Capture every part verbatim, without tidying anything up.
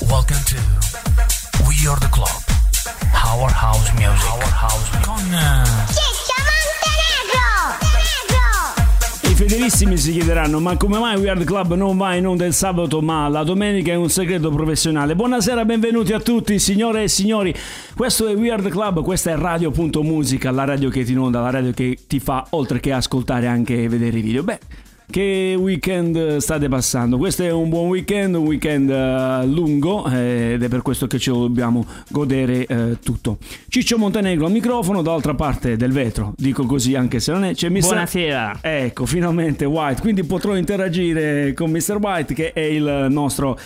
Welcome to We Are The Club, Our House Music, Our House Music. Con Ciccio Montenegro. I fedelissimi si chiederanno: ma come mai We Are The Club non va in onda il sabato ma la domenica è un segreto professionale? Buonasera, benvenuti a tutti signore e signori, questo è We Are The Club, questa è Radio.Musica, la radio che ti inonda, la radio che ti fa oltre che ascoltare anche vedere i video. Beh, che weekend state passando? Questo è un buon weekend, un weekend uh, lungo eh, ed è per questo che ce lo dobbiamo godere eh, tutto. Ciccio Montenegro al microfono, dall'altra parte del vetro, dico così anche se non è, c'è mister Buonasera. Ecco, finalmente White, quindi potrò interagire con mister White che è il nostro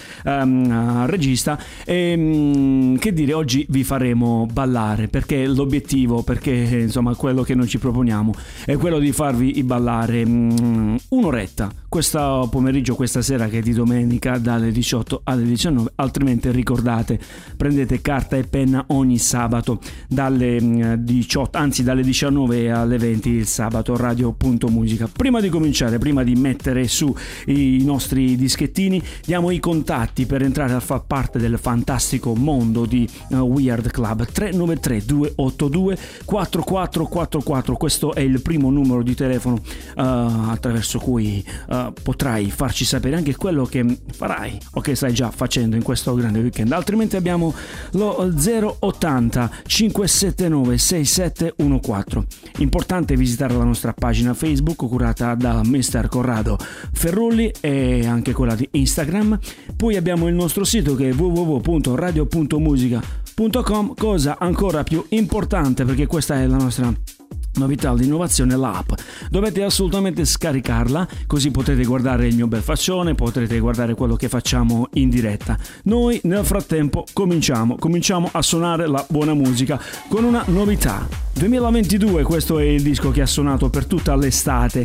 um, regista e um, che dire, oggi vi faremo ballare perché l'obiettivo, perché insomma quello che noi ci proponiamo è quello di farvi ballare um, uno questo pomeriggio, questa sera che è di domenica dalle diciotto alle diciannove, altrimenti ricordate, prendete carta e penna ogni sabato dalle diciotto, anzi dalle diciannove alle venti il sabato Radio.Musica. Prima di cominciare, prima di mettere su i nostri dischettini, diamo i contatti per entrare a far parte del fantastico mondo di uh, We Are The Club. Tre nove tre due otto due quattro quattro quattro quattro, questo è il primo numero di telefono uh, attraverso cui Uh, potrai farci sapere anche quello che farai o che stai già facendo in questo grande weekend. Altrimenti abbiamo lo zero ottanta cinquecentosettantanove sessantasettecentoquarantadue. Importante visitare la nostra pagina Facebook curata da mister Corrado Ferrulli e anche quella di Instagram. Poi abbiamo il nostro sito che è w w w punto radio punto musica punto com. Cosa ancora più importante, perché questa è la nostra novità, l'innovazione, l'app. Dovete assolutamente scaricarla, così potete guardare il mio bel faccione, potrete guardare quello che facciamo in diretta. Noi nel frattempo cominciamo, cominciamo a suonare la buona musica con una novità. duemilaventidue, questo è il disco che ha suonato per tutta l'estate.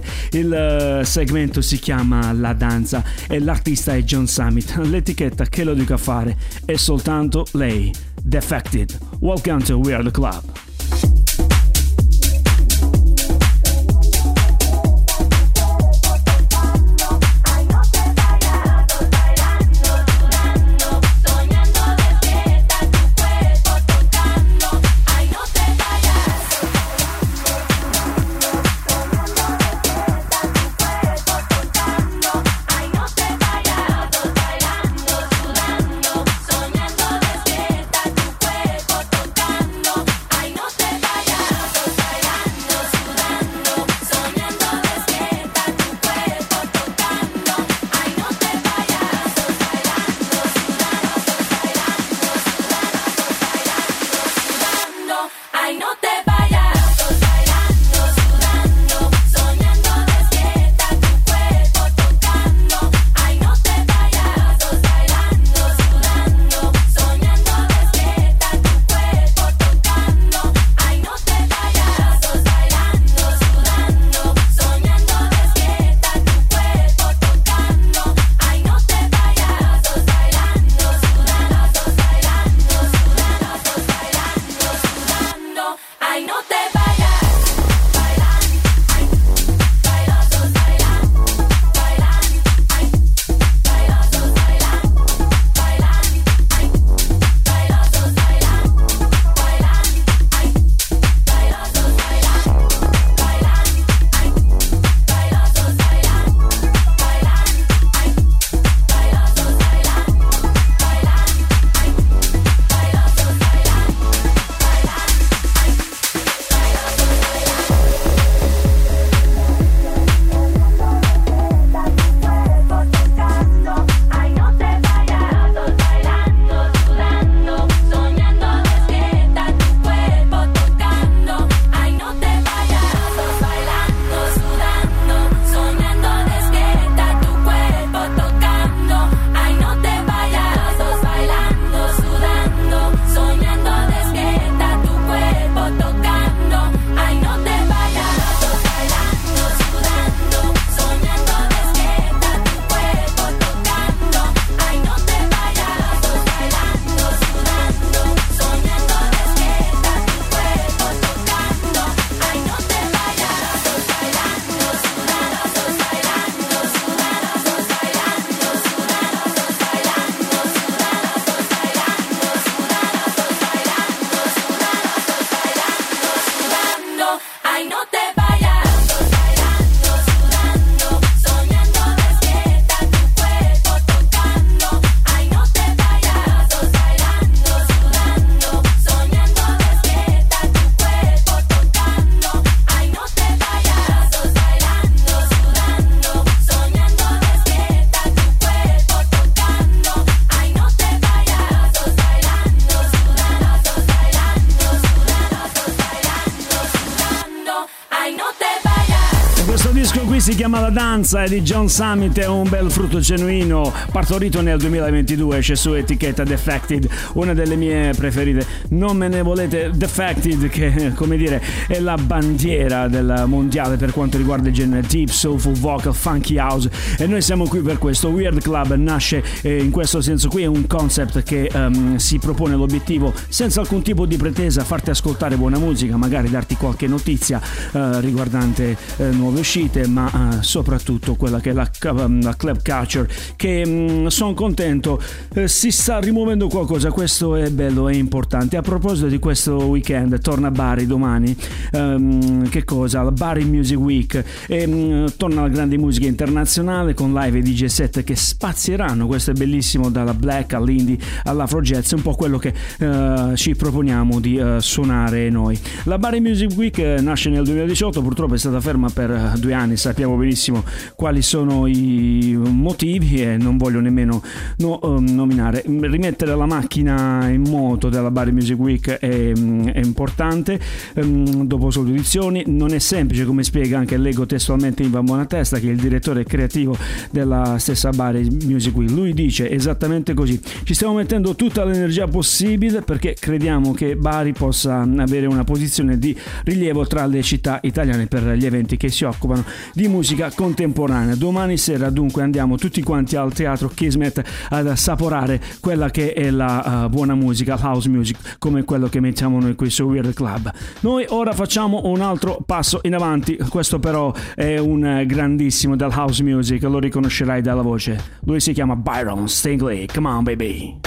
Il segmento si chiama La Danza e l'artista è John Summit. L'etichetta che lo dica fare è soltanto lei, Defected. Welcome to We Are The Club. I know chiama La danza, è di John Summit, è un bel frutto genuino, partorito nel duemilaventidue, c'è su etichetta Defected, una delle mie preferite. Non me ne volete, Defected, che come dire è la bandiera del mondiale per quanto riguarda il genere deep, soulful, vocal, funky house, e noi siamo qui per questo. Weird Club nasce eh, in questo senso qui, è un concept che um, si propone l'obiettivo, senza alcun tipo di pretesa, farti ascoltare buona musica, magari darti qualche notizia uh, riguardante uh, nuove uscite, ma uh, soprattutto quella che è la, la club culture, che um, sono contento uh, si sta rimuovendo qualcosa. Questo è bello, è importante. A proposito di questo weekend, torna a Bari domani, um, che cosa? La Bari Music Week, e um, torna la grande musica internazionale con live e D J set che spazieranno. Questo è bellissimo, dalla black all'indie all'afro jazz, un po' quello che uh, ci proponiamo di uh, suonare noi. La Bari Music Week uh, nasce nel duemiladiciotto, purtroppo è stata ferma per uh, due anni, sappiamo benissimo quali sono i motivi e non voglio nemmeno no, um, nominare. Rimettere la macchina in moto della Bari Music Week è, è importante, um, dopo solo edizioni. Non è semplice, come spiega anche, leggo testualmente Ivan Bonatesta, che è il direttore creativo della stessa Bari Music Week. Lui dice esattamente così: ci stiamo mettendo tutta l'energia possibile perché crediamo che Bari possa avere una posizione di rilievo tra le città italiane per gli eventi che si occupano di musica contemporanea. Domani sera dunque andiamo tutti quanti al Teatro Kismet ad assaporare quella che è la uh, buona musica, house music, come quello che mettiamo noi qui su Weird Club. Noi ora facciamo un altro passo in avanti, questo però è un grandissimo del house music, lo riconoscerai dalla voce. Lui si chiama Byron Stingley. Come on baby.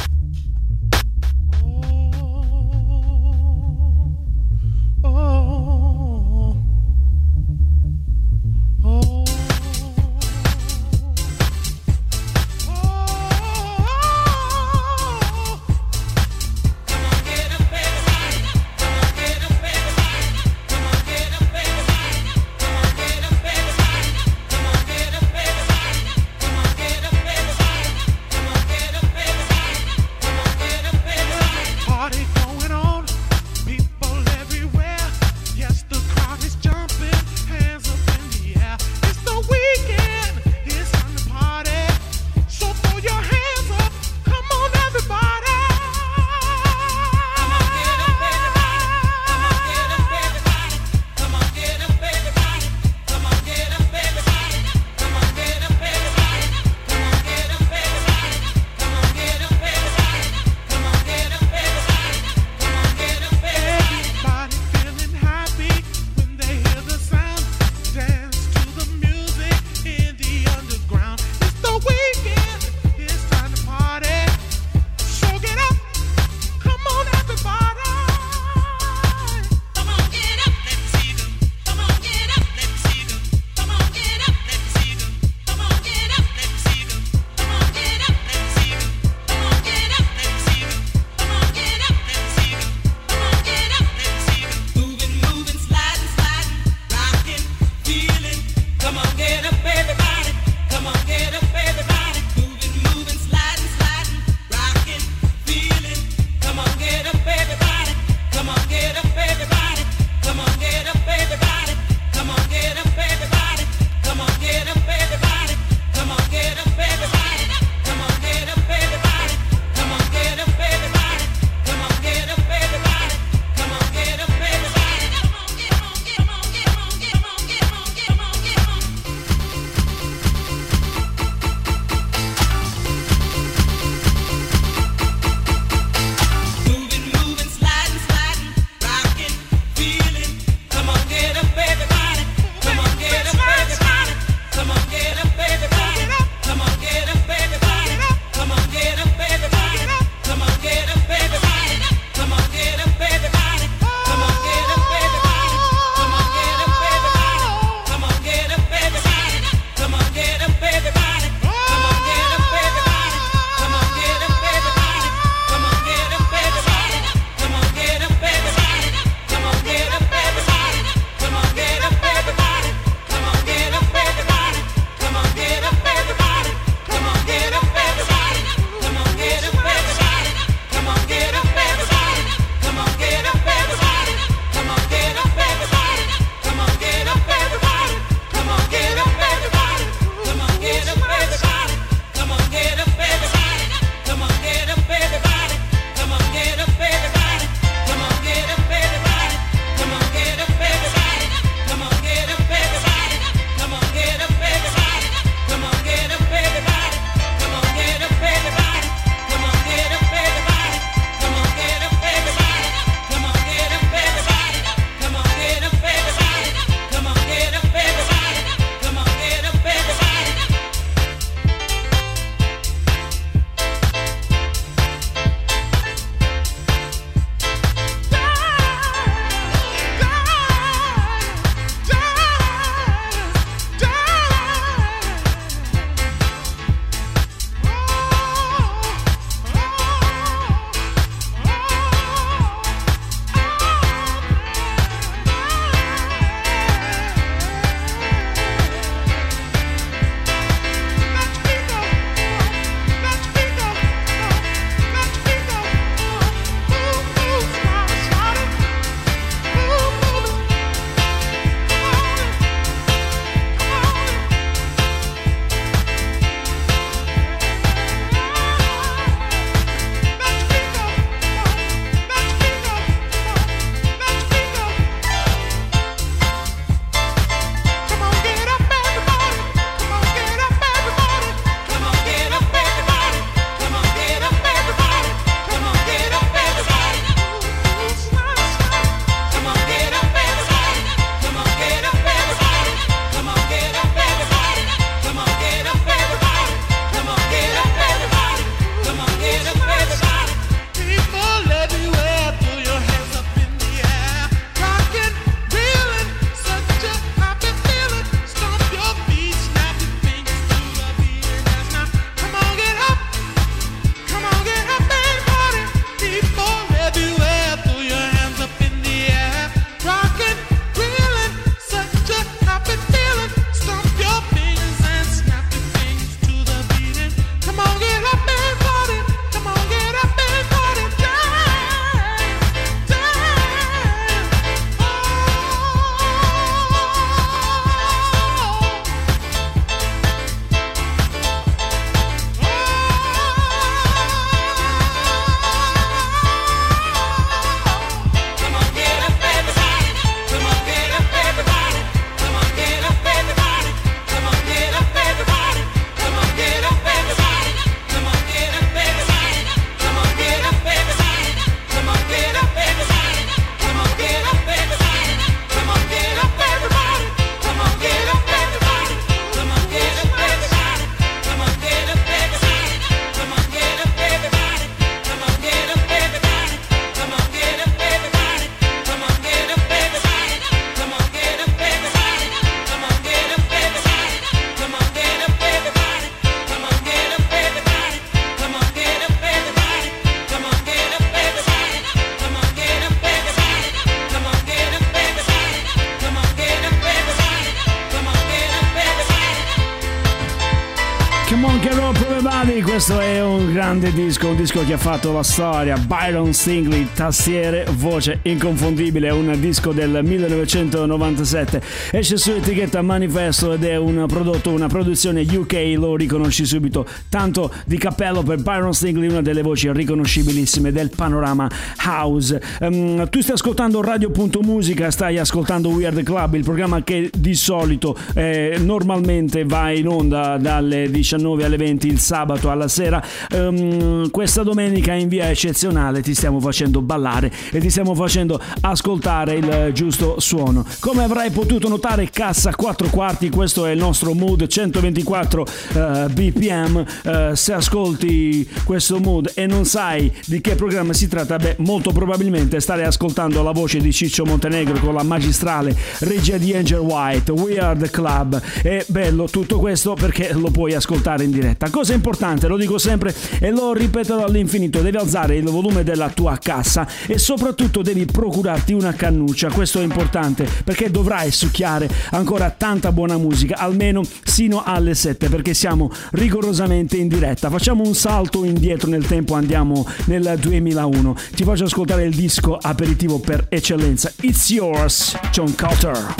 questo è un grande disco, un disco che ha fatto la storia. Byron Stingley, tastiere, voce inconfondibile, un disco del millenovecentonovantasette, esce su etichetta Manifesto ed è un prodotto, una produzione U K, lo riconosci subito, tanto di cappello per Byron Stingley, una delle voci riconoscibilissime del panorama house. Um, tu stai ascoltando Radio Punto Musica, stai ascoltando We Are The Club, il programma che di solito eh, normalmente va in onda dalle diciannove alle venti il sabato alla sera. Um, questa domenica in via eccezionale ti stiamo facendo ballare e ti stiamo facendo ascoltare il giusto suono. Come avrai potuto notare, cassa quattro quarti, questo è il nostro mood centoventiquattro uh, B P M. Uh, se ascolti questo mood e non sai di che programma si tratta, beh, molto probabilmente starei ascoltando la voce di Ciccio Montenegro con la magistrale regia di Angel White. We Are The Club. È bello tutto questo perché lo puoi ascoltare in diretta. Cosa importante, lo dico sempre e lo ripeterò all'infinito: devi alzare il volume della tua cassa e soprattutto devi procurarti una cannuccia. Questo è importante perché dovrai succhiare ancora tanta buona musica, almeno sino alle sette, perché siamo rigorosamente in diretta. Facciamo un salto indietro nel tempo, andiamo nel duemilauno. Ti faccio ascoltare il disco aperitivo per eccellenza, It's Yours, John Carter.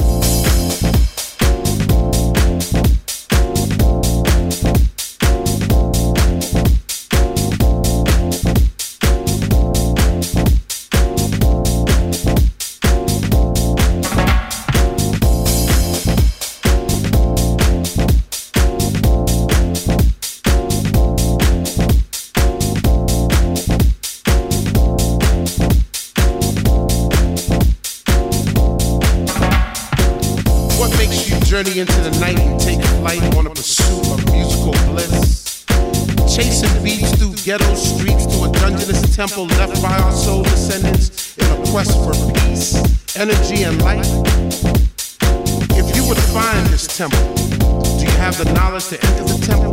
Journey into the night and take flight on a pursuit of musical bliss. Chasing beats through ghetto streets to a dungeonous temple left by our soul descendants in a quest for peace, energy, and light. If you were to find this temple, do you have the knowledge to enter the temple?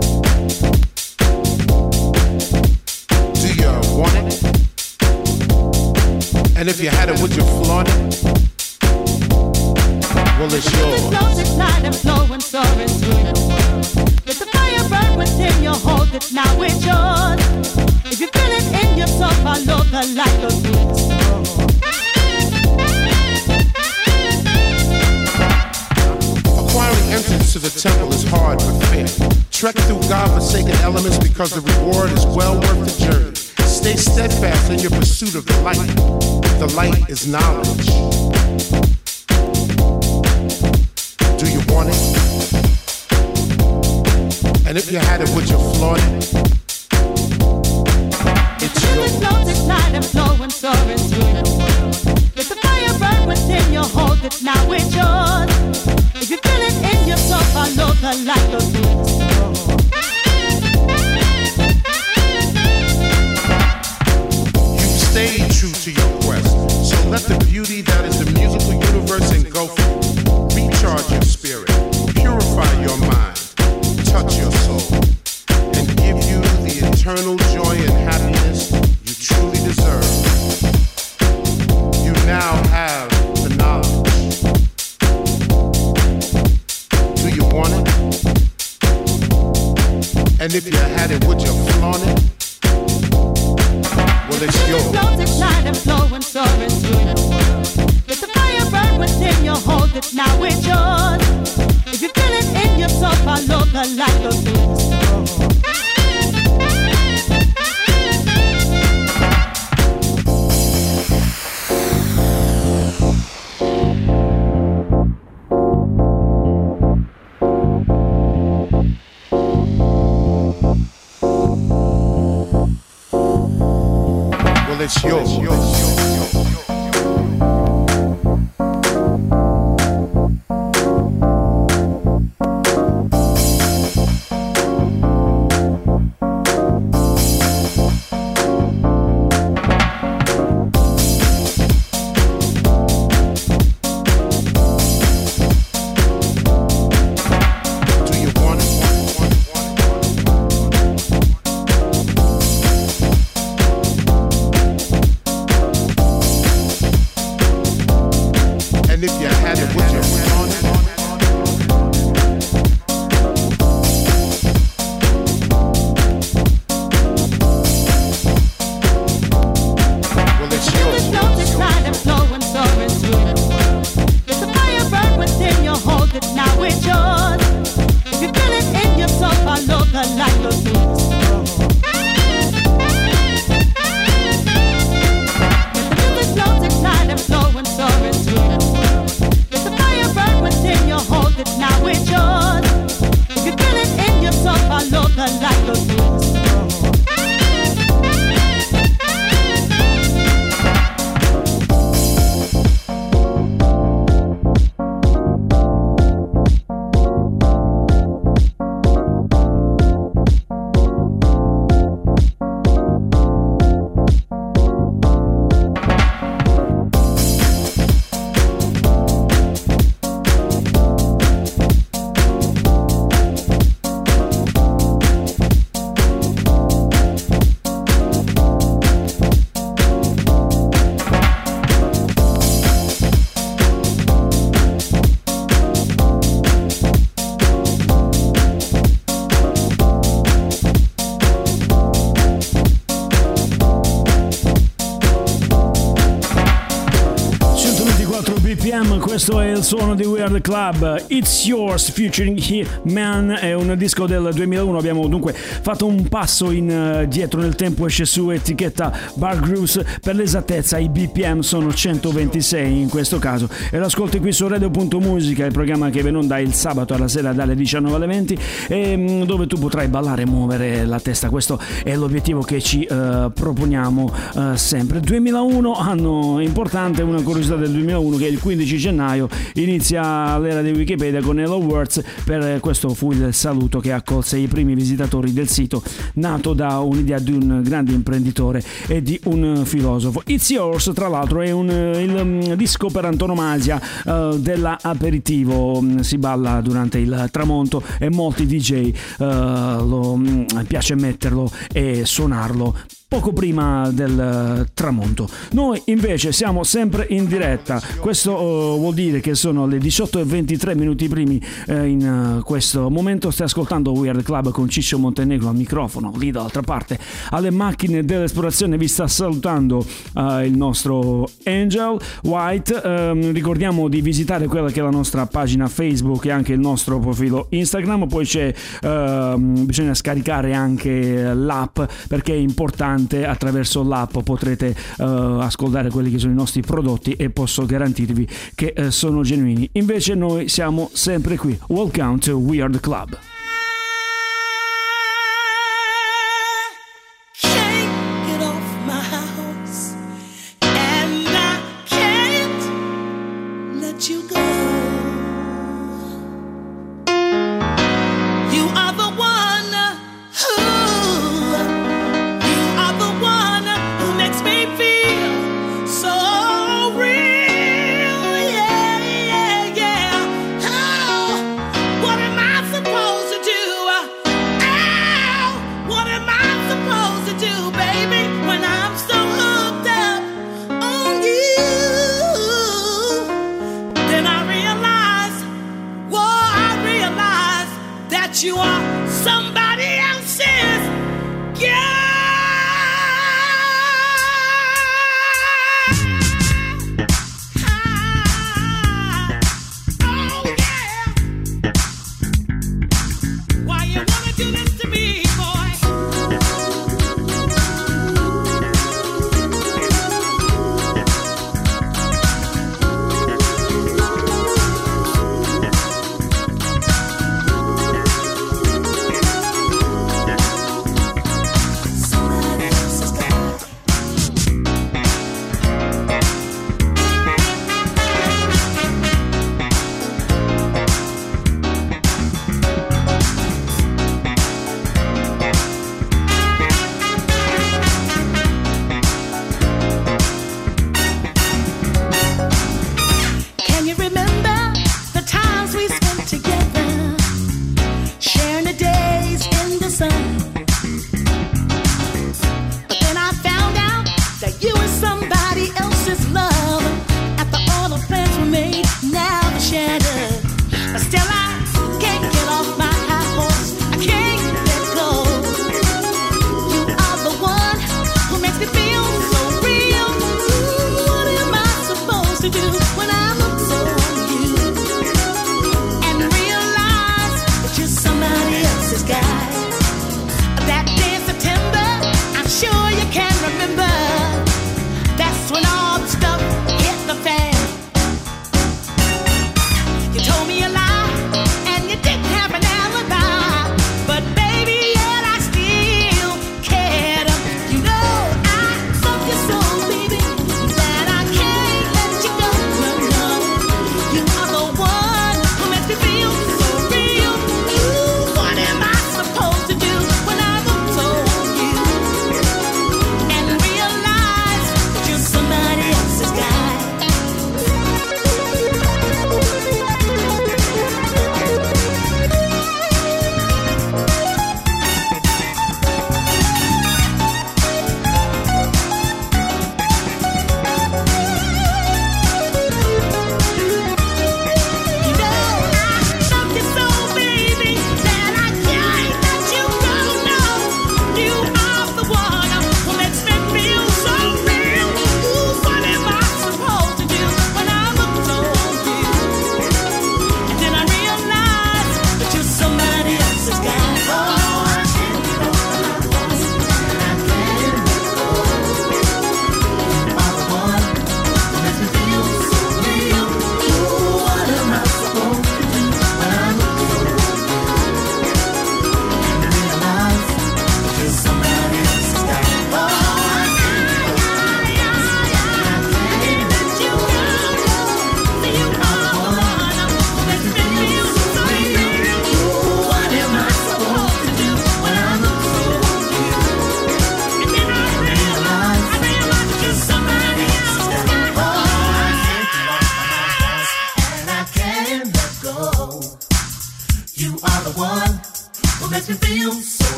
Do you want it? And if you had it, would you flaunt it? Well, it's yours. The flows at night and flowing, soaring through the world. Let the fire burn within you, hold it, now it's yours. If you feel it in your soul, follow the light, go through the storm. Acquiring entrance to the temple is hard but fair. Trek through God-forsaken elements because the reward is well worth the journey. Stay steadfast in your pursuit of the light. The light is knowledge. Do you want it? And if you had it, would you flaunt it? It's yours. The flows at night and flowing, soaring through the world. Let the fire burn within you, hold it, now it's yours. If you feel it in your soul, follow the light, go through the storm. You stayed true to your quest, so let the beauty that is the musical universe engulf you. Recharge your spirit, purify your mind, touch your soul, and give you the eternal joy and happiness you truly deserve. You now have the knowledge. Do you want it? And if you had it, would you flaunt it? Well, it's yours. The flows at night and flowing, soaring through the world. Let the fire burn within you, hold it, now it's yours. If you feel it in your soul, follow the light, go through the storm. Well, it's yours. It's yours. Questo è il suono di We Are The Club, It's Yours featuring He-Man, è un disco del duemilauno. Abbiamo dunque fatto un passo indietro nel tempo, esce su etichetta Bar Grooves, per l'esattezza i B P M sono centoventisei in questo caso, e lo ascolti qui su Radio punto musica, il programma che viene in onda il sabato alla sera dalle diciannove alle venti, e dove tu potrai ballare e muovere la testa. Questo è l'obiettivo che ci uh, proponiamo uh, sempre. duemilauno, anno importante. Una curiosità del duemilauno, che il quindici gennaio inizia l'era di Wikipedia con Hello Words. Per questo fu il saluto che accolse i primi visitatori del sito, nato da un'idea di un grande imprenditore e di un filosofo. It's Yours, tra l'altro, è un, il disco per antonomasia uh, dell'aperitivo. Si balla durante il tramonto e molti D J uh, lo um, piace metterlo e suonarlo poco prima del tramonto. Noi invece siamo sempre in diretta. Questo uh, vuol dire che sono le diciotto e ventitré minuti primi uh, in uh, questo momento. Stai ascoltando We Are The Club con Ciccio Montenegro al microfono. Lì dall'altra parte alle macchine dell'esplorazione vi sta salutando uh, il nostro Angel White. Um, ricordiamo di visitare quella che è la nostra pagina Facebook e anche il nostro profilo Instagram. Poi c'è uh, bisogna scaricare anche l'app, perché è importante. Attraverso l'app potrete uh, ascoltare quelli che sono i nostri prodotti e posso garantirvi che uh, sono genuini. Invece noi siamo sempre qui. Welcome to We Are The Club. What am I supposed to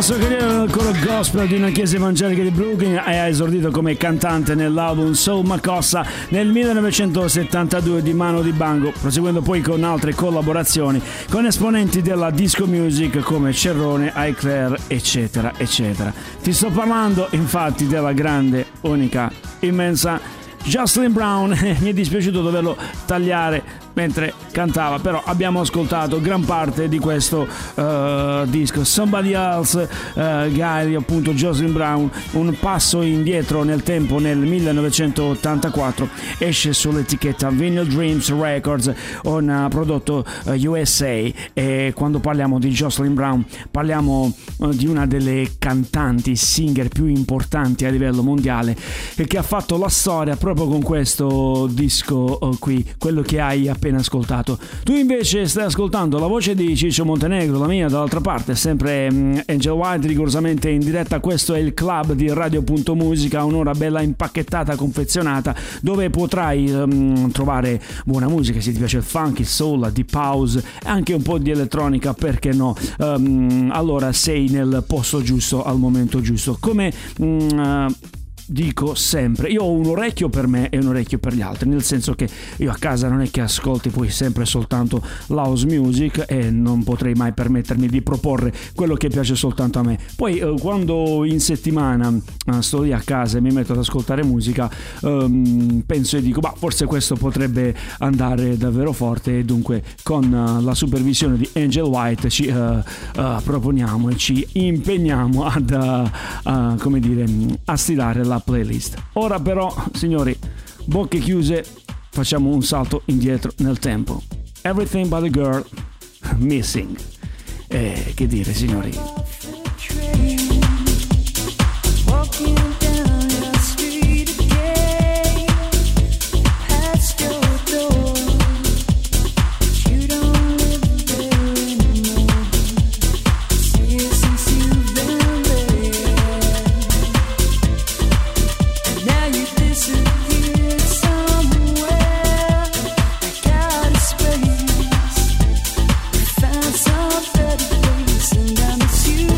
suo carriera nel coro gospel di una chiesa evangelica di Brooklyn e ha esordito come cantante nell'album Soul Makossa nel millenovecentosettantadue di Mano Dibango, proseguendo poi con altre collaborazioni con esponenti della disco music come Cerrone, Iclair, eccetera, eccetera. Ti sto parlando infatti della grande, unica, immensa Jocelyn Brown. Mi è dispiaciuto doverlo tagliare mentre cantava, però abbiamo ascoltato gran parte di questo uh, disco. Somebody Else, uh, Guy, appunto Jocelyn Brown, un passo indietro nel tempo. Nel millenovecentottantaquattro esce sull'etichetta Vinyl Dreams Records, un uh, prodotto uh, U S A, e quando parliamo di Jocelyn Brown parliamo uh, di una delle cantanti singer più importanti a livello mondiale e che ha fatto la storia proprio con questo disco uh, qui, quello che hai appena ascoltato. Tu invece stai ascoltando la voce di Ciccio Montenegro, la mia dall'altra parte, sempre um, Angel White, rigorosamente in diretta. Questo è il club di Radio.Musica, un'ora bella impacchettata, confezionata, dove potrai um, trovare buona musica, se ti piace il funk, il soul, la deep house, anche un po' di elettronica, perché no? Um, allora sei nel posto giusto al momento giusto. Come um, uh, dico sempre, io ho un orecchio per me e un orecchio per gli altri, nel senso che io a casa non è che ascolti poi sempre soltanto l'house music e non potrei mai permettermi di proporre quello che piace soltanto a me. Poi eh, quando in settimana eh, sto lì a casa e mi metto ad ascoltare musica, ehm, penso e dico, bah, forse questo potrebbe andare davvero forte, e dunque con uh, la supervisione di Angel White ci uh, uh, proponiamo e ci impegniamo ad uh, uh, come dire, a stilare la playlist. Ora però, signori, bocche chiuse, facciamo un salto indietro nel tempo. Everything But a Girl, Missing. Eh, che dire, signori? Found some better place, and I miss you.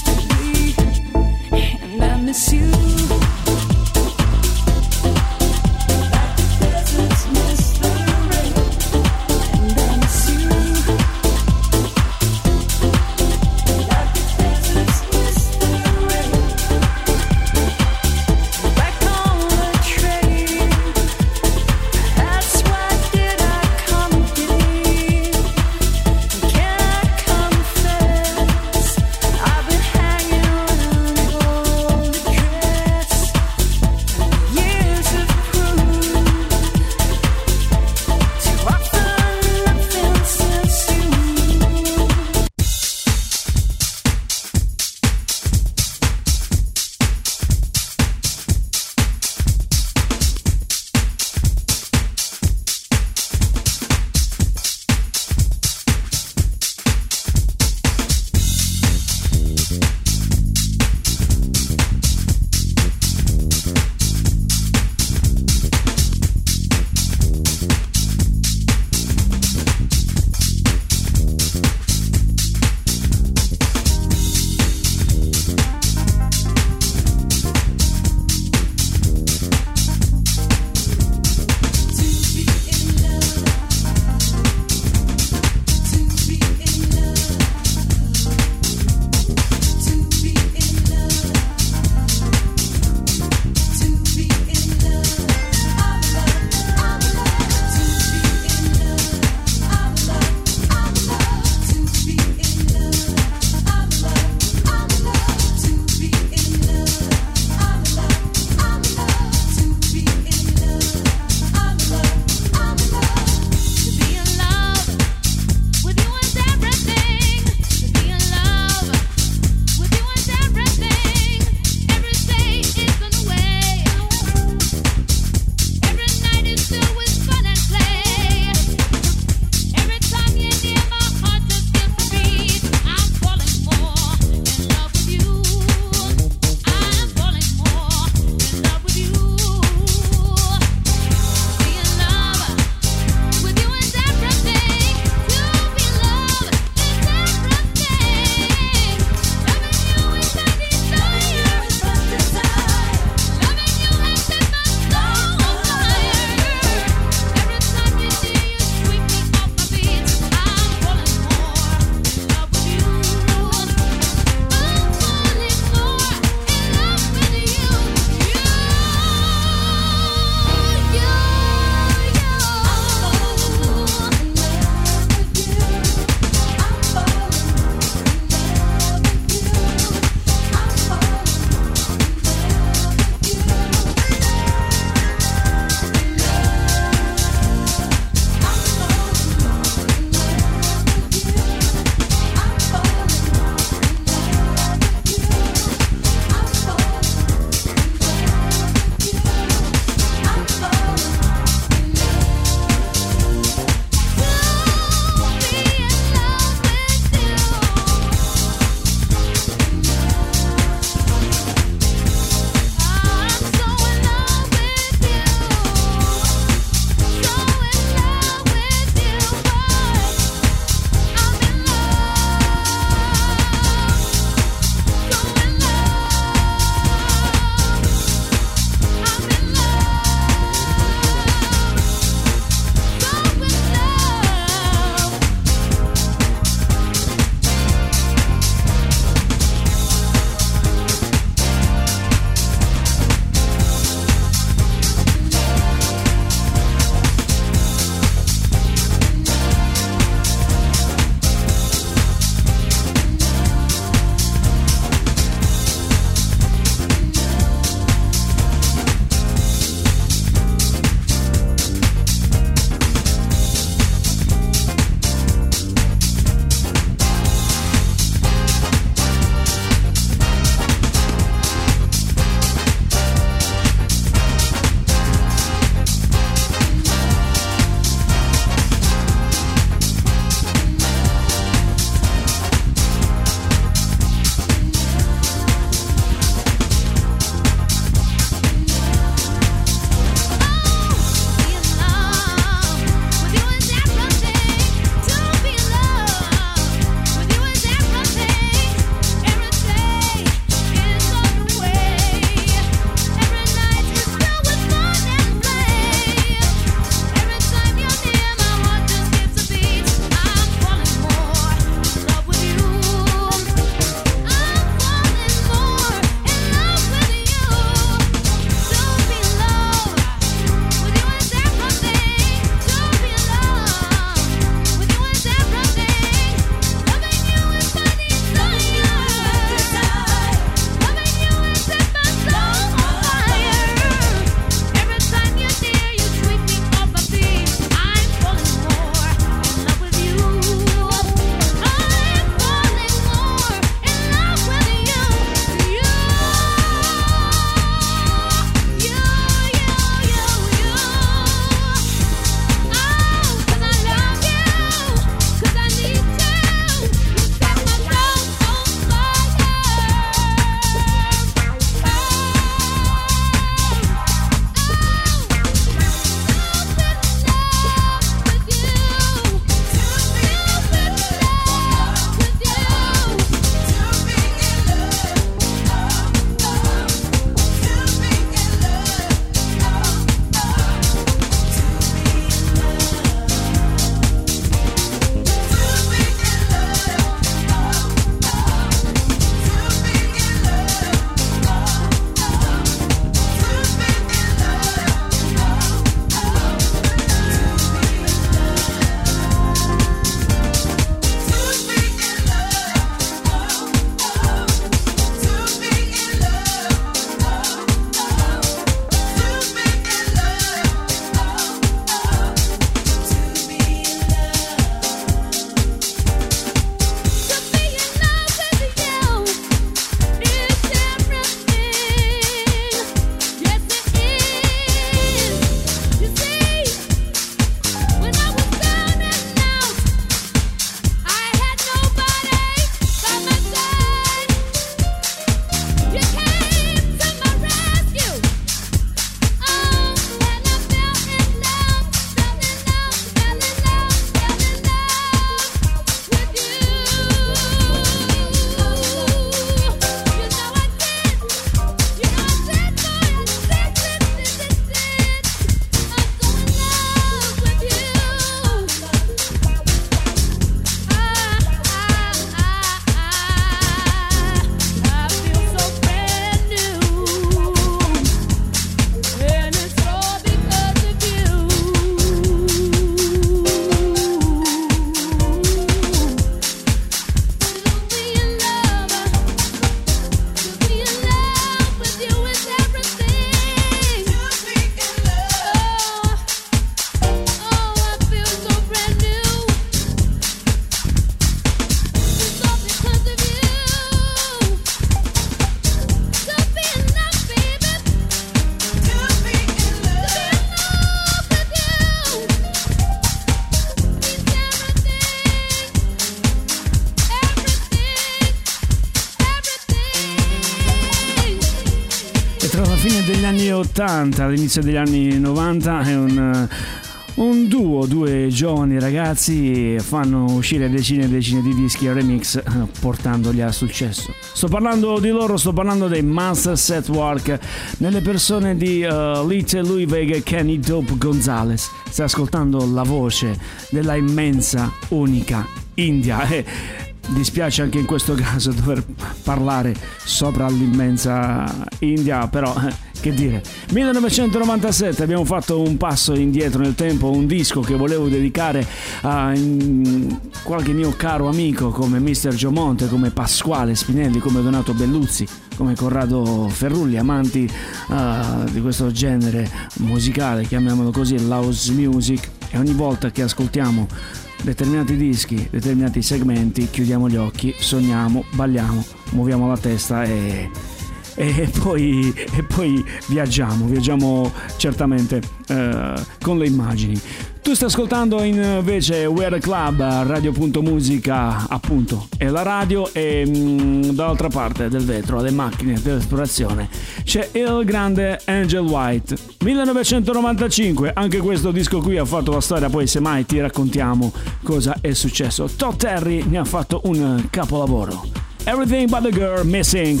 ottanta, all'inizio degli anni novanta, è un, un duo, due giovani ragazzi fanno uscire decine e decine di dischi e remix portandoli a successo. Sto parlando di loro, sto parlando dei Master Set Work, nelle persone di uh, Little Louis Vega e Kenny Dope Gonzalez. Stai ascoltando la voce della immensa, unica India e dispiace anche in questo caso dover parlare sopra l'immensa India, però eh, che dire. millenovecentonovantasette, abbiamo fatto un passo indietro nel tempo, un disco che volevo dedicare a in, qualche mio caro amico come mister Giomonte, come Pasquale Spinelli, come Donato Belluzzi, come Corrado Ferrulli, amanti uh, di questo genere musicale, chiamiamolo così, l'house music, e ogni volta che ascoltiamo determinati dischi, determinati segmenti, chiudiamo gli occhi, sogniamo, balliamo, muoviamo la testa e, e, poi, e poi viaggiamo, viaggiamo certamente eh, con le immagini. Tu stai ascoltando invece We're the Club, radio.musica appunto, è la radio, e mh, dall'altra parte del vetro, alle macchine dell'esplorazione, c'è il grande Angel White. millenovecentonovantacinque, anche questo disco qui ha fatto la storia, poi semmai ti raccontiamo cosa è successo. Todd Terry ne ha fatto un capolavoro, Everything But the Girl Missing.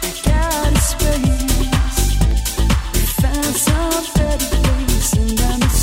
Some better place, and I'm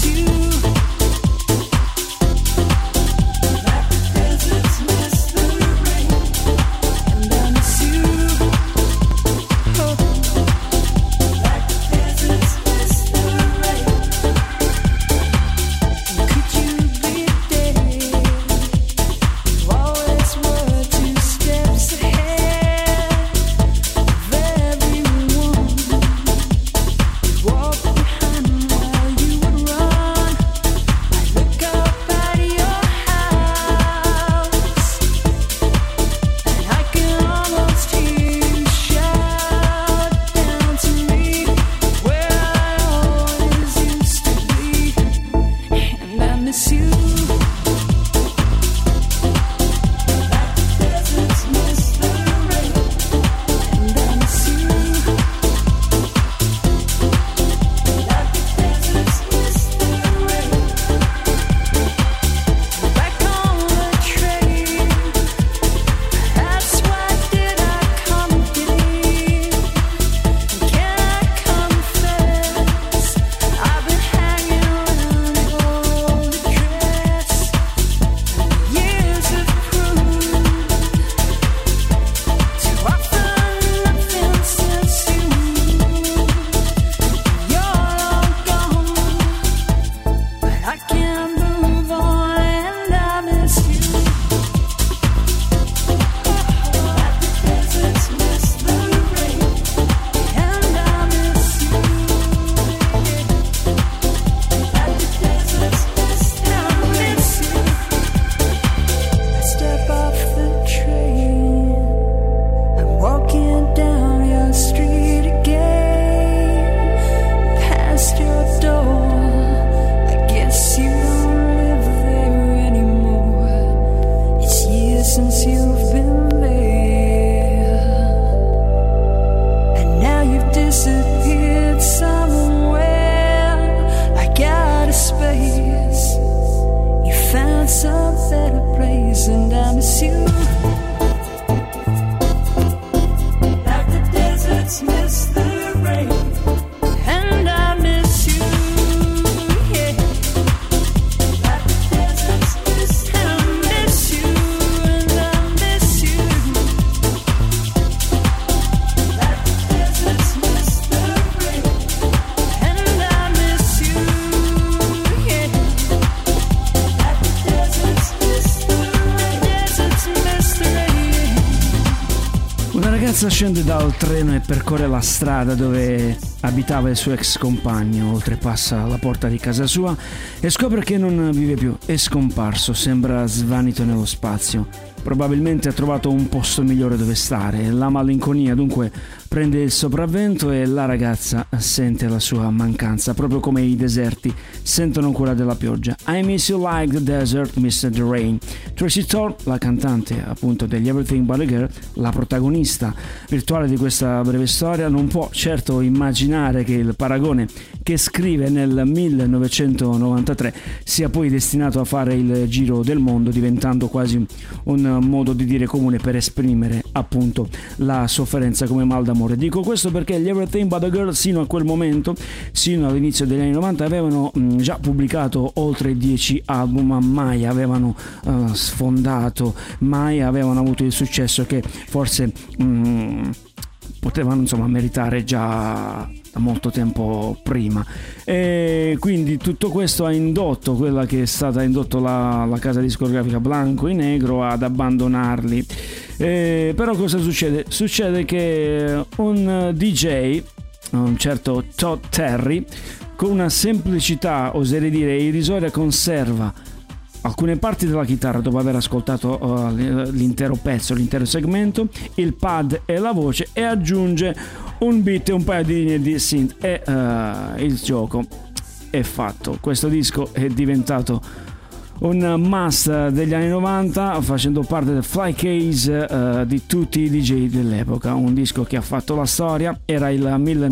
Una ragazza scende dal treno e percorre la strada dove abitava il suo ex compagno, oltrepassa la porta di casa sua e scopre che non vive più, è scomparso, sembra svanito nello spazio. Probabilmente ha trovato un posto migliore dove stare. La malinconia dunque prende il sopravvento e la ragazza sente la sua mancanza, proprio come i deserti sentono quella della pioggia. I miss you like the desert, mister the rain. Tracy Thorn, la cantante appunto degli Everything But a Girl, la protagonista virtuale di questa breve storia, non può certo immaginare che il paragone che scrive nel millenovecentonovantatré sia poi destinato a fare il giro del mondo, diventando quasi un modo di dire comune per esprimere appunto la sofferenza come mal d'amore. Dico questo perché gli Everything But a Girl sino a quel momento, sino all'inizio degli anni novanta, avevano mh, già pubblicato oltre dieci album, ma mai avevano uh, sfondato, mai avevano avuto il successo che forse mh, potevano insomma meritare già da molto tempo prima. E quindi tutto questo ha indotto quella che è stata indotto la, la casa discografica Blanco e Negro ad abbandonarli. E però cosa succede? Succede che un D J, un certo Todd Terry, con una semplicità, oserei dire irrisoria, conserva alcune parti della chitarra dopo aver ascoltato uh, l'intero pezzo, l'intero segmento, il pad e la voce, e aggiunge un beat e un paio di linee di synth e uh, il gioco è fatto. Questo disco è diventato un must degli anni novanta, facendo parte del fly case uh, di tutti i D J dell'epoca. Un disco che ha fatto la storia, era il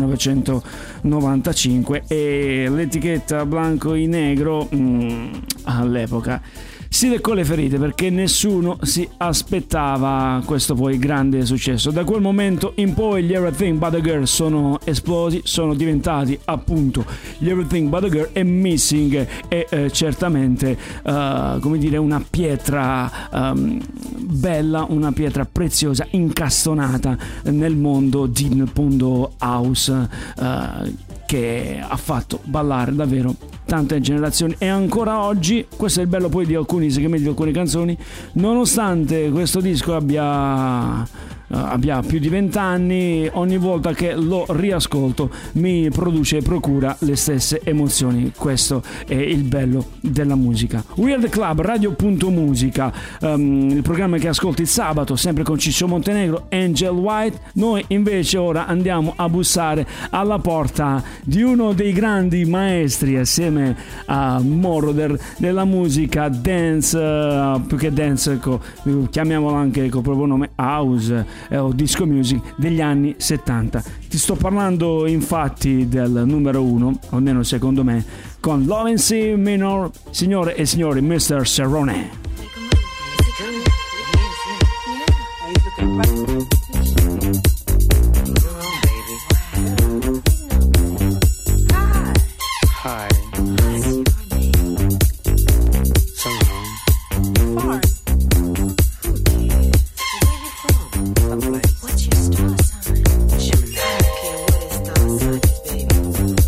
millenovecentonovantacinque e l'etichetta Blanco e Negro mh, all'epoca si leccò le ferite perché nessuno si aspettava questo poi grande successo. Da quel momento in poi gli Everything But a Girl sono esplosi, sono diventati appunto gli Everything But a Girl, e Missing è eh, certamente uh, come dire una pietra um, bella, una pietra preziosa incastonata nel mondo di nel mondo house uh, che ha fatto ballare davvero tante generazioni. E ancora oggi, questo è il bello poi di alcuni segmenti, di alcune canzoni, nonostante questo disco abbia abbia più di vent'anni, ogni volta che lo riascolto mi produce e procura le stesse emozioni. Questo è il bello della musica. We Are The Club, radio.musica, um, il programma che ascolti il sabato sempre con Ciccio Montenegro, Angel White. Noi invece ora andiamo a bussare alla porta di uno dei grandi maestri assieme a Moroder della musica dance, uh, più che dance, ecco, chiamiamolo anche con il proprio nome, house o disco music degli anni settanta. Ti sto parlando infatti del numero uno, almeno secondo me, con Love in C minor, signore e signori, mister Cerrone.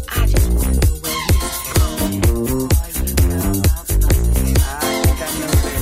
I got no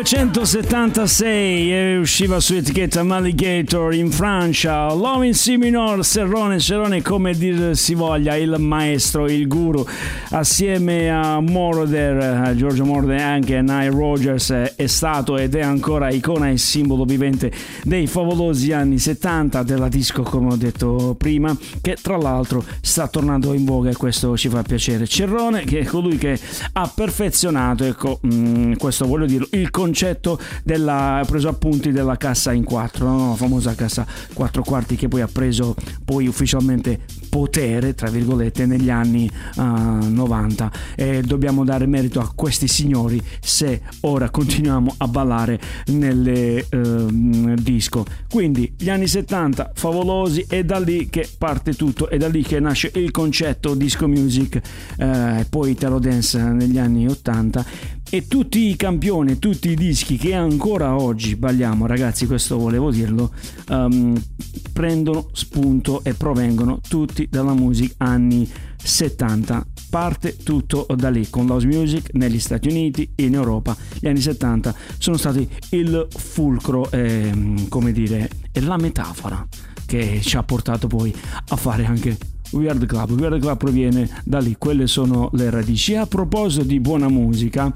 millenovecentosettantasei e usciva su etichetta Maligator in Francia. Lovin Si minor, Serrone, Cerrone, come dir si voglia, il maestro, il guru, assieme a Moroder, a Giorgio Moroder e anche a Nile Rodgers, è stato ed è ancora icona e simbolo vivente dei favolosi anni settanta della disco, come ho detto prima, che tra l'altro sta tornando in voga e questo ci fa piacere. Cerrone, che è colui che ha perfezionato, ecco, mh, questo voglio dirlo, il concetto della, ha preso appunti della cassa in quattro, no? La famosa cassa quattro quarti che poi ha preso poi ufficialmente potere, tra virgolette, negli anni uh, novanta, e dobbiamo dare merito a questi signori se ora continuiamo a ballare nelle uh, disco. Quindi gli anni settanta favolosi, è da lì che parte tutto, è da lì che nasce il concetto disco music, uh, poi Italo Dance negli anni ottanta, e tutti i campioni, tutti i dischi che ancora oggi balliamo, ragazzi, questo volevo dirlo, um, prendono spunto e provengono tutti dalla musica anni settanta. Parte tutto da lì, con l'house music negli Stati Uniti, in Europa. Gli anni settanta sono stati il fulcro, eh, come dire, e la metafora che ci ha portato poi a fare anche We Are The Club. We Are The Club proviene da lì, quelle sono le radici. E a proposito di buona musica,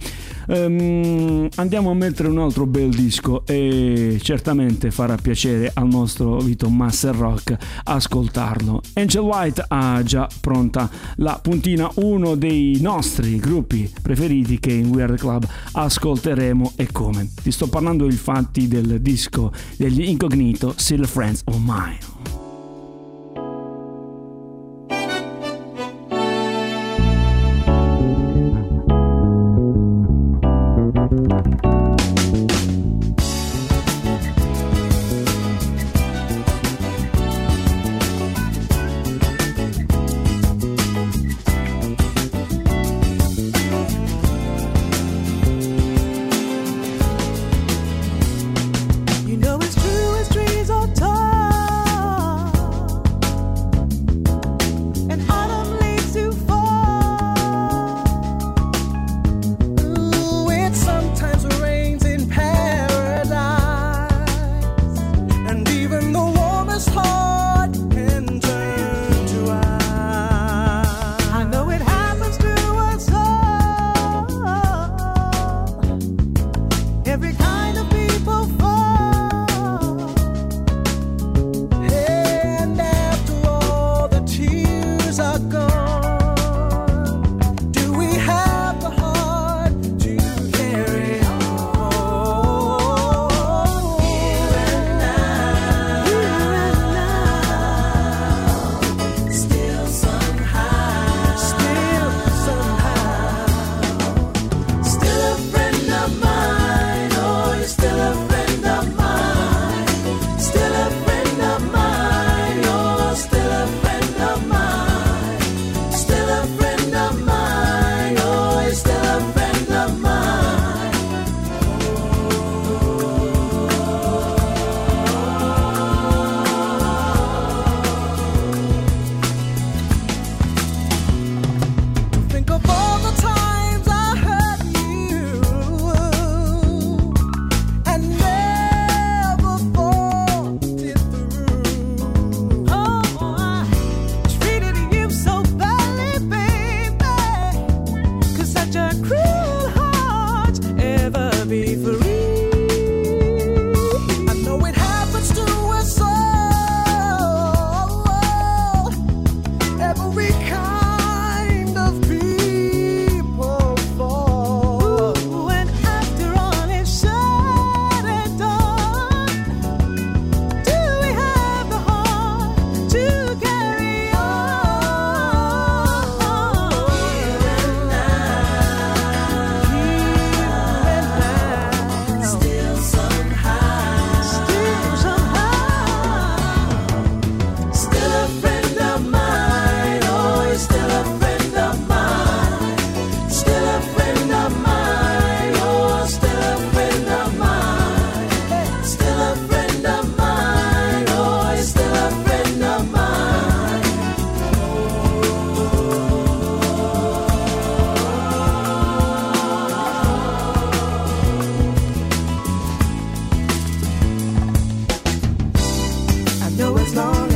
um, andiamo a mettere un altro bel disco e certamente farà piacere al nostro Vito Master Rock ascoltarlo. Angel White ha già pronta la puntina, uno dei nostri gruppi preferiti che in We Are The Club ascolteremo. E come? Ti sto parlando infatti del disco degli Incognito, Still Friends of Mine. You know it's true as trees are tall.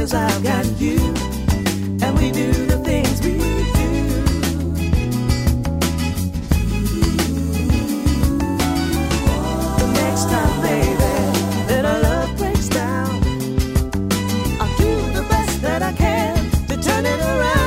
'cause I've got you, and we do the things we do. The next time, baby, that our love breaks down, I'll do the best that I can to turn it around.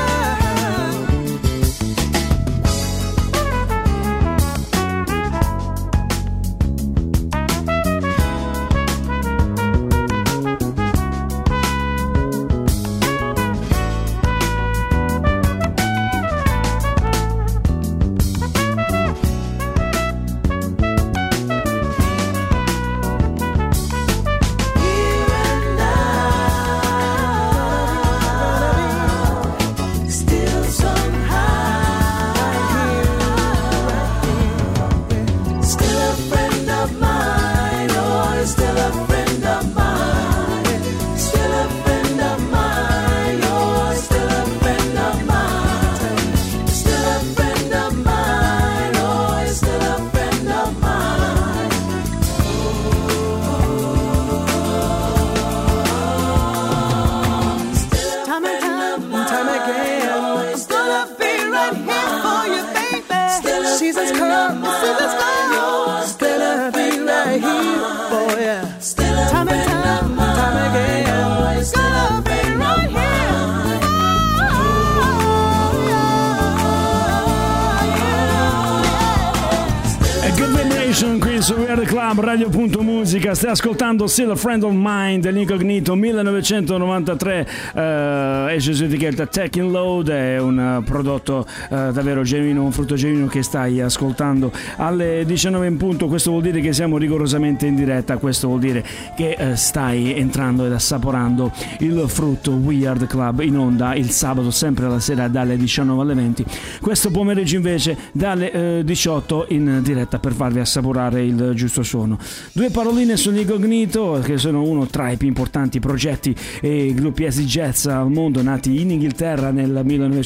Radio.musica, stai ascoltando Still a Friend of Mine dell'Incognito millenovecentonovantatré, eh, esce su etichetta Taking Load, è un uh, prodotto uh, davvero genuino, un frutto genuino che stai ascoltando alle diciannove in punto. Questo vuol dire che siamo rigorosamente in diretta, questo vuol dire che uh, stai entrando ed assaporando il frutto We Are The Club in onda il sabato sempre alla sera dalle diciannove alle venti, questo pomeriggio invece dalle uh, diciotto in diretta per farvi assaporare il giusto suono. Due paroline sull'Incognito, che sono uno tra i più importanti progetti e gruppi acid jazz al mondo, nati in Inghilterra nel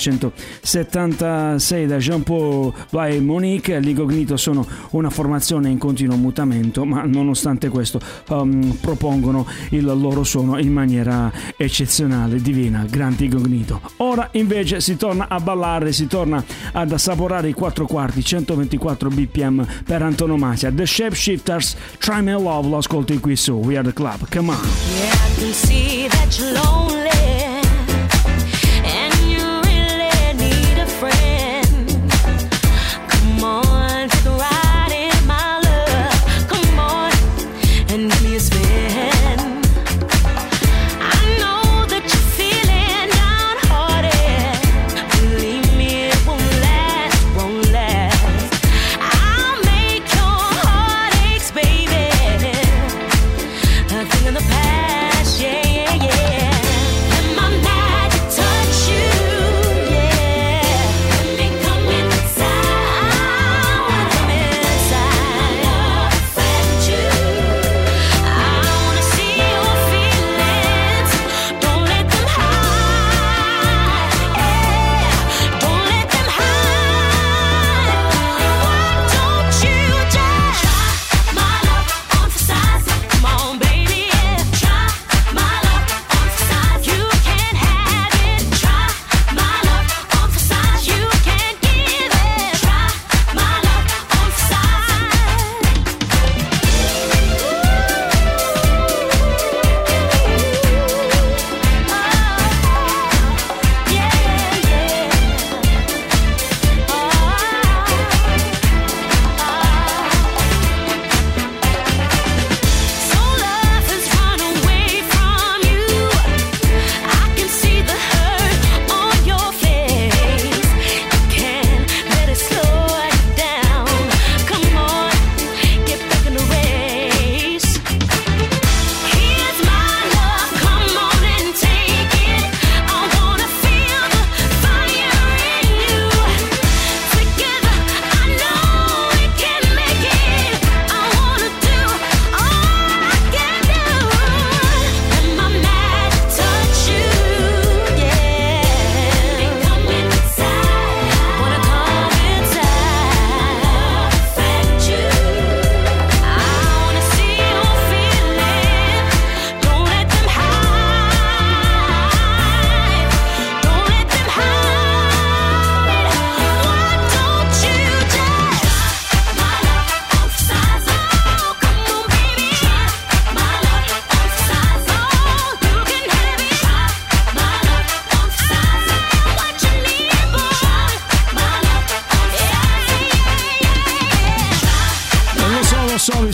millenovecentosettantasei da Jean-Paul e Monique. L'Incognito sono una formazione in continuo mutamento, ma nonostante questo um, propongono il loro suono in maniera eccezionale, divina, grande Incognito. Ora invece si torna a ballare, si torna ad assaporare i quattro quarti, centoventiquattro B P M per antonomasia. The Shapeshifters, Try Me Love, lo ascolti qui su We Are The Club, come on. Yeah, I can see that you're lonely and you really need a friend. Come on, take a ride in my love. Come on and give me a spin. I know that you're feeling downhearted. Believe me, it won't last, won't last. I'll make your heartaches, baby, a thing in the past, yeah, yeah, yeah.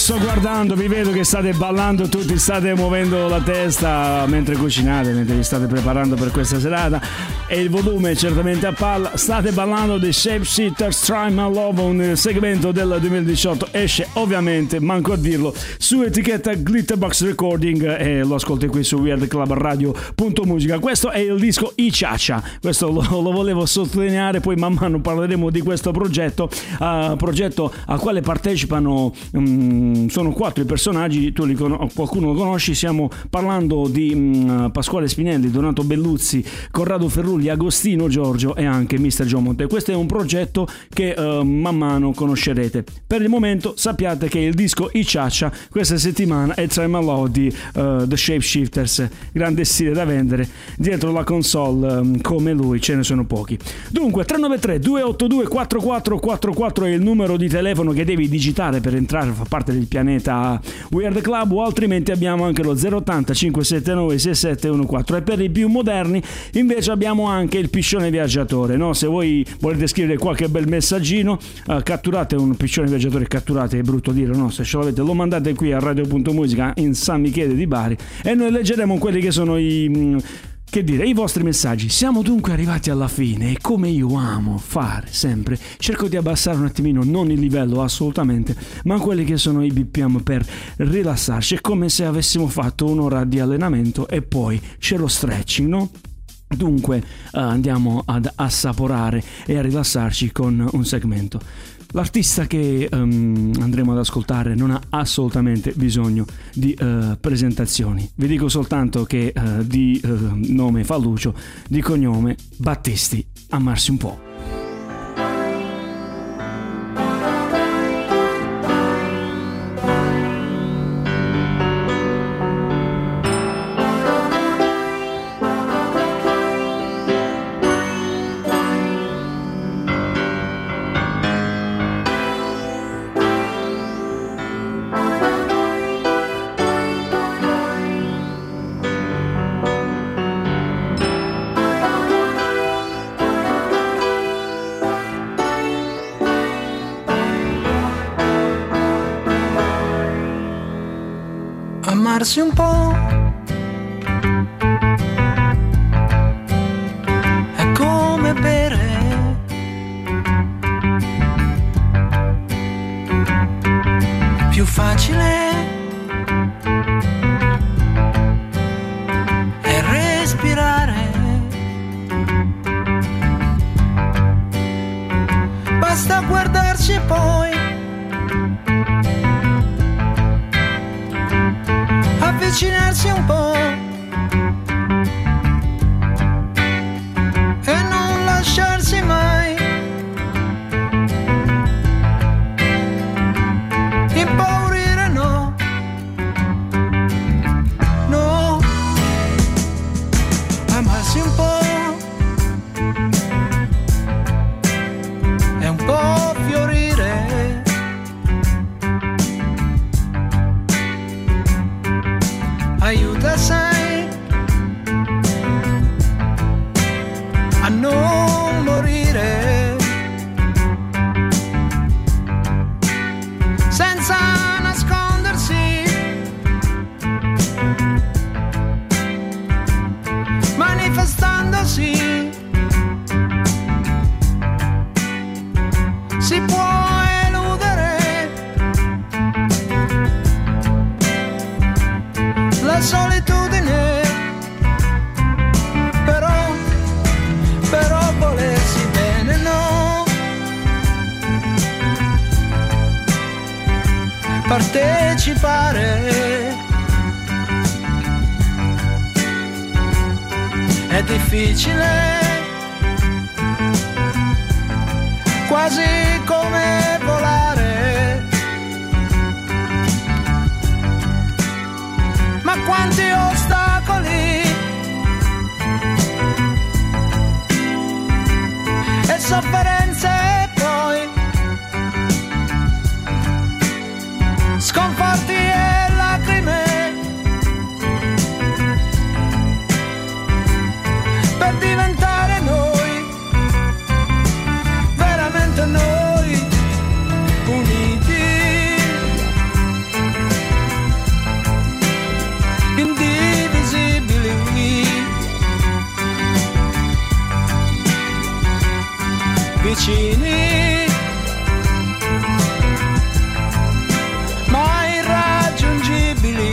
sto guardando, vi vedo che state ballando tutti, state muovendo la testa mentre cucinate, mentre vi state preparando per questa serata e il volume è certamente a palla. State ballando di Shapeshifters, Try My Love, un segmento del duemiladiciotto, esce ovviamente, manco a dirlo, su etichetta Glitterbox Recording e lo ascolti qui su weird club radio punto musica. Questo è il disco Ichacha, questo lo, lo volevo sottolineare, poi man mano parleremo di questo progetto, uh, progetto al quale partecipano um, sono quattro i personaggi, tu li con- qualcuno lo conosci, stiamo parlando di um, Pasquale Spinelli, Donato Belluzzi, Corrado Ferrulli, Agostino Giorgio e anche mister John Monte. Questo è un progetto che uh, man mano conoscerete. Per il momento sappiate che il disco Ichacha questa settimana è Try My Love di uh, The Shapeshifters, grande stile da vendere, dietro la console um, come lui ce ne sono pochi. Dunque tre nove tre due otto due quattro quattro quattro quattro è il numero di telefono che devi digitare per entrare a far parte del pianeta Weird Club, o altrimenti abbiamo anche lo zero ottanta cinque sette nove sei sette uno quattro, e per i più moderni invece abbiamo anche il piscione viaggiatore, no? Se voi volete scrivere qualche bel messaggino, uh, catturate un piscione viaggiatore, catturate è brutto dire, no? Se ce l'avete lo mandate qui a radio punto musica in San Michele di Bari e noi leggeremo quelli che sono i mh, che dire, i vostri messaggi. Siamo dunque arrivati alla fine e come io amo fare sempre, cerco di abbassare un attimino non il livello assolutamente, ma quelli che sono i B P M per rilassarci. È come se avessimo fatto un'ora di allenamento e poi c'è lo stretching, no? Dunque uh, andiamo ad assaporare e a rilassarci con un segmento. L'artista che um, andremo ad ascoltare non ha assolutamente bisogno di uh, presentazioni. Vi dico soltanto che uh, di uh, nome Falluccio, di cognome Battisti, amarsi un po'. Amarsi un po' è come bere, più facile è respirare, basta guardarsi e poi avvicinarsi un po' e non lasciarsi mai impaurire, no, no, amarsi un po' è un po' fiorire, aiuta, sai, a non morire, senza nascondersi, manifestandosi, si può eludere la solitudine, però, però volersi bene, no, partecipare è difficile, quasi come volare, ma quanti ostacoli e sofferenze e poi sconforti e lacrime per diventare noi, veramente noi, uniti vicini, ma irraggiungibili.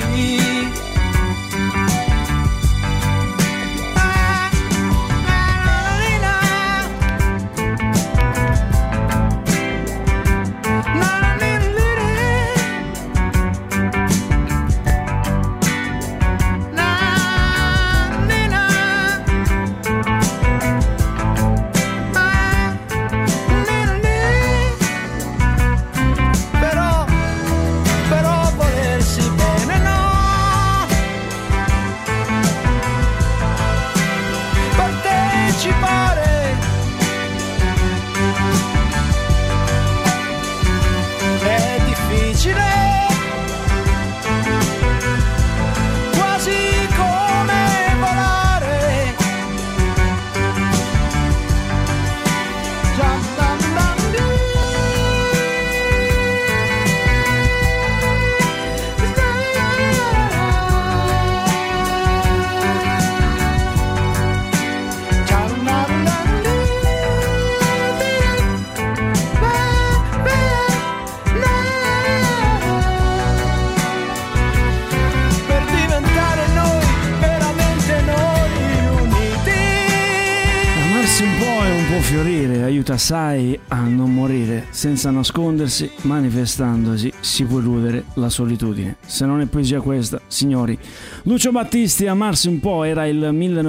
Assai a non morire, senza nascondersi, manifestandosi si può eludere la solitudine. Se non è poesia questa, signori. Lucio Battisti, Amarsi un po', era il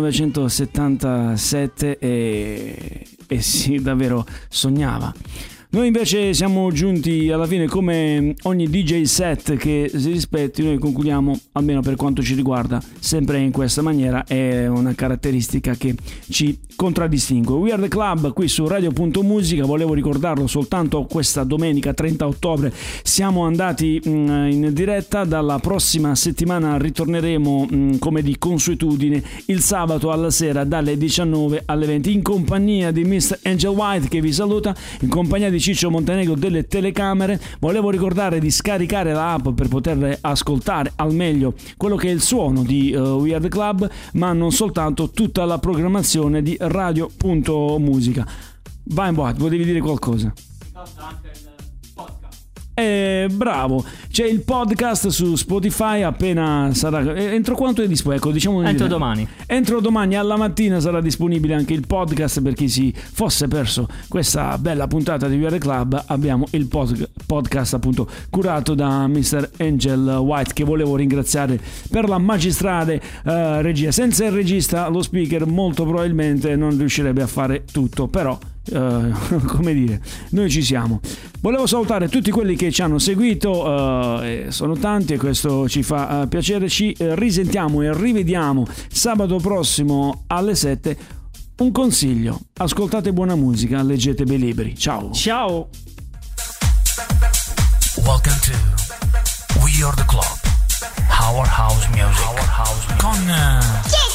millenovecentosettantasette e, e sì, davvero sognava. Noi invece siamo giunti alla fine, come ogni D J set che si rispetti. Noi concludiamo, almeno per quanto ci riguarda, sempre in questa maniera. È una caratteristica che ci contraddistingue. We Are The Club qui su Radio.Musica. Volevo ricordarlo soltanto questa domenica trenta ottobre siamo andati mh, in diretta. Dalla prossima settimana ritorneremo mh, come di consuetudine il sabato alla sera dalle diciannove alle venti in compagnia di mister Angel White, che vi saluta, in compagnia di Ciccio Montenegro delle telecamere. Volevo ricordare di scaricare l'app per poter ascoltare al meglio quello che è il suono di uh, We Are The Club, ma non soltanto, tutta la programmazione di Radio.Musica. Vai, Boat, volevi dire qualcosa? Eh, bravo, c'è il podcast su Spotify appena sarà, entro quanto è disponibile? Ecco, diciamo entro domani. Entro domani alla mattina sarà disponibile anche il podcast per chi si fosse perso questa bella puntata di We Are The Club. Abbiamo il pod- podcast appunto curato da mister Angel White, che volevo ringraziare per la magistrale uh, regia. Senza il regista lo speaker molto probabilmente non riuscirebbe a fare tutto, però Uh, come dire, noi ci siamo. Volevo salutare tutti quelli che ci hanno seguito, uh, e sono tanti e questo ci fa uh, piacere. Ci uh, risentiamo e rivediamo sabato prossimo alle sette. Un consiglio: ascoltate buona musica, leggete bei libri. Ciao. Ciao. Welcome to We Are The Club. Our House Music. Our House Music. Con uh,